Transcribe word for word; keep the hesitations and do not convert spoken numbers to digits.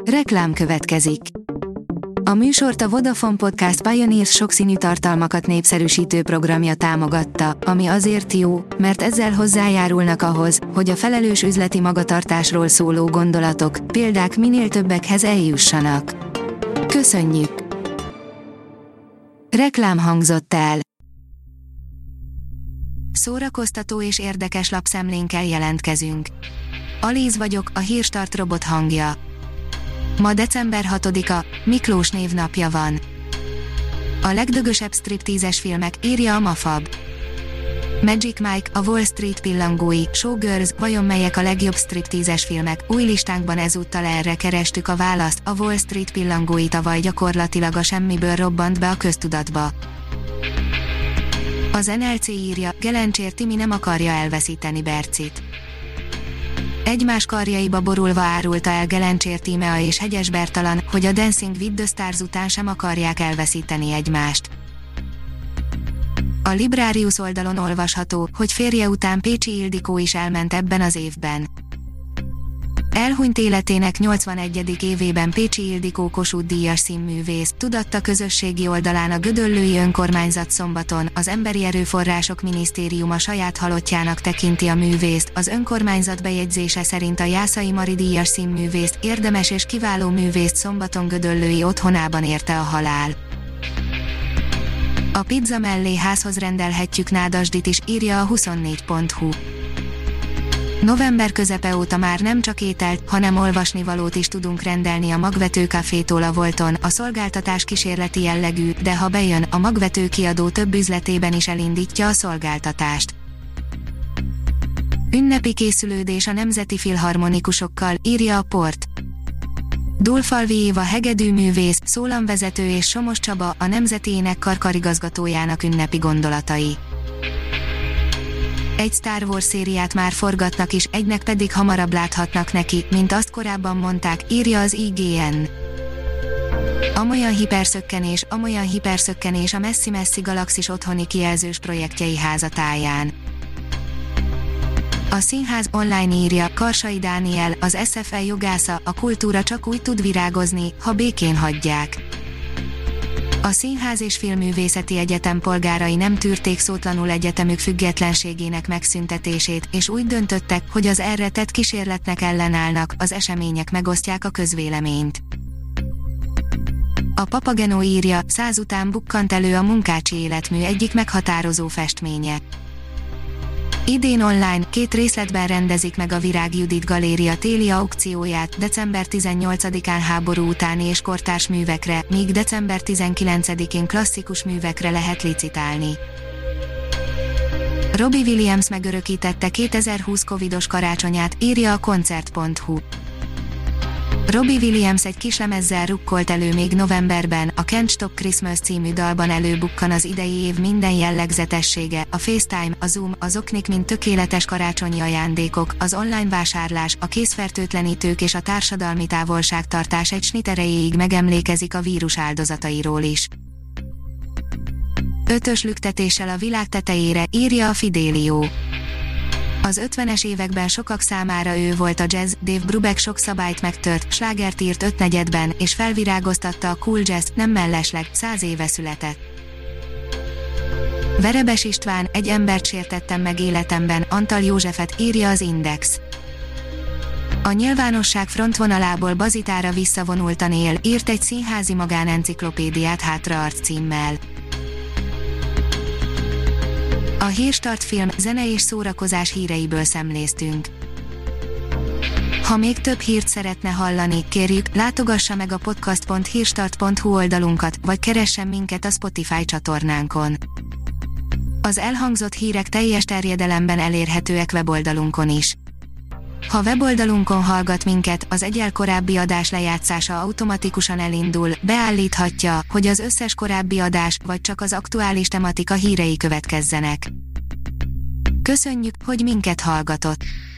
Reklám következik. A műsort a Vodafone Podcast Pioneers sokszínű tartalmakat népszerűsítő programja támogatta, ami azért jó, mert ezzel hozzájárulnak ahhoz, hogy a felelős üzleti magatartásról szóló gondolatok, példák minél többekhez eljussanak. Köszönjük! Reklám hangzott el. Szórakoztató és érdekes lapszemlénkkel jelentkezünk. Alíz vagyok, a Hírstart robot hangja. Ma december hatodika, Miklós névnapja van. A legdögösebb striptízes filmek, írja a Mafab. Magic Mike, a Wall Street pillangói, Showgirls, vajon melyek a legjobb striptízes filmek? Új listánkban ezúttal erre kerestük a választ, a Wall Street pillangói tavaly gyakorlatilag a semmiből robbant be a köztudatba. Az en el cé írja, Gelencsér Timi nem akarja elveszíteni Bercit. Egymás karjaiba borulva árulta el Gelencsér Tímea és Hegyes Bertalan, hogy a Dancing with the Stars után sem akarják elveszíteni egymást. A Librarius oldalon olvasható, hogy férje után Pécsi Ildikó is elment ebben az évben. Elhunyt életének nyolcvanegyedik évében Pécsi Ildikó Kossuth-díjas színművész, tudatta közösségi oldalán a Gödöllői Önkormányzat szombaton, az Emberi Erőforrások Minisztériuma saját halottjának tekinti a művészt, az önkormányzat bejegyzése szerint a Jászai Mari díjas színművészt, érdemes és kiváló művészt szombaton gödöllői otthonában érte a halál. A pizza mellé házhoz rendelhetjük Nádasdit is, írja a huszonnégy pont hu. November közepe óta már nem csak ételt, hanem olvasnivalót is tudunk rendelni a Magvető Cafétól a Volton, a szolgáltatás kísérleti jellegű, de ha bejön, a Magvető kiadó több üzletében is elindítja a szolgáltatást. Ünnepi készülődés a Nemzeti Filharmonikusokkal, írja a Port. Dulfalvi Éva hegedűművész, szólamvezető és Somos Csaba, a Nemzeti Énekkar karigazgatójának ünnepi gondolatai. Egy Star Wars szériát már forgatnak is, egynek pedig hamarabb láthatnak neki, mint azt korábban mondták, írja az i gé en. Amolyan hiperszökkenés, amolyan hiperszökkenés a messzi-messzi galaxis otthoni kijelzős projektjei házatáján. A Színház online írja, Karsai Dániel, az es ef e jogásza, a kultúra csak úgy tud virágozni, ha békén hagyják. A Színház és Filmművészeti Egyetem polgárai nem tűrték szótlanul egyetemük függetlenségének megszüntetését, és úgy döntöttek, hogy az erre tett kísérletnek ellenállnak, az események megosztják a közvéleményt. A Papageno írja, száz után bukkant elő a Munkácsi életmű egyik meghatározó festménye. Idén online, két részletben rendezik meg a Virág Judit Galéria téli aukcióját, december tizennyolcadikán háború utáni és kortárs művekre, míg december tizenkilencedikén klasszikus művekre lehet licitálni. Robbie Williams megörökítette kétezer-húsz covidos karácsonyát, írja a koncert pont hu. Robbie Williams egy kislemezzel rukkolt elő még novemberben, a Can't Stop Christmas című dalban előbukkan az idei év minden jellegzetessége, a FaceTime, a Zoom, az oknik mint tökéletes karácsonyi ajándékok, az online vásárlás, a készfertőtlenítők és a társadalmi távolságtartás egy snit erejéig megemlékezik a vírus áldozatairól is. Ötös lüktetéssel a világ tetejére, írja a Fidelio. Az ötvenes években sokak számára ő volt a jazz, Dave Brubeck sok szabályt megtört, slágert írt ötnegyedben, és felvirágoztatta a cool jazz, nem mellesleg, száz éve született. Verebes István, egy embert sértettem meg életemben, Antal Józsefet, írja az Index. A nyilvánosság frontvonalából Bazitára visszavonultan él, írt egy színházi magánenciklopédiát Hátraarc címmel. A Hírstart film, zene és szórakozás híreiből szemléztünk. Ha még több hírt szeretne hallani, kérjük, látogassa meg a podcast pont hírstart pont hu oldalunkat, vagy keressen minket a Spotify csatornánkon. Az elhangzott hírek teljes terjedelemben elérhetőek weboldalunkon is. Ha weboldalunkon hallgat minket, az egyel korábbi adás lejátszása automatikusan elindul, beállíthatja, hogy az összes korábbi adás, vagy csak az aktuális tematika hírei következzenek. Köszönjük, hogy minket hallgatott!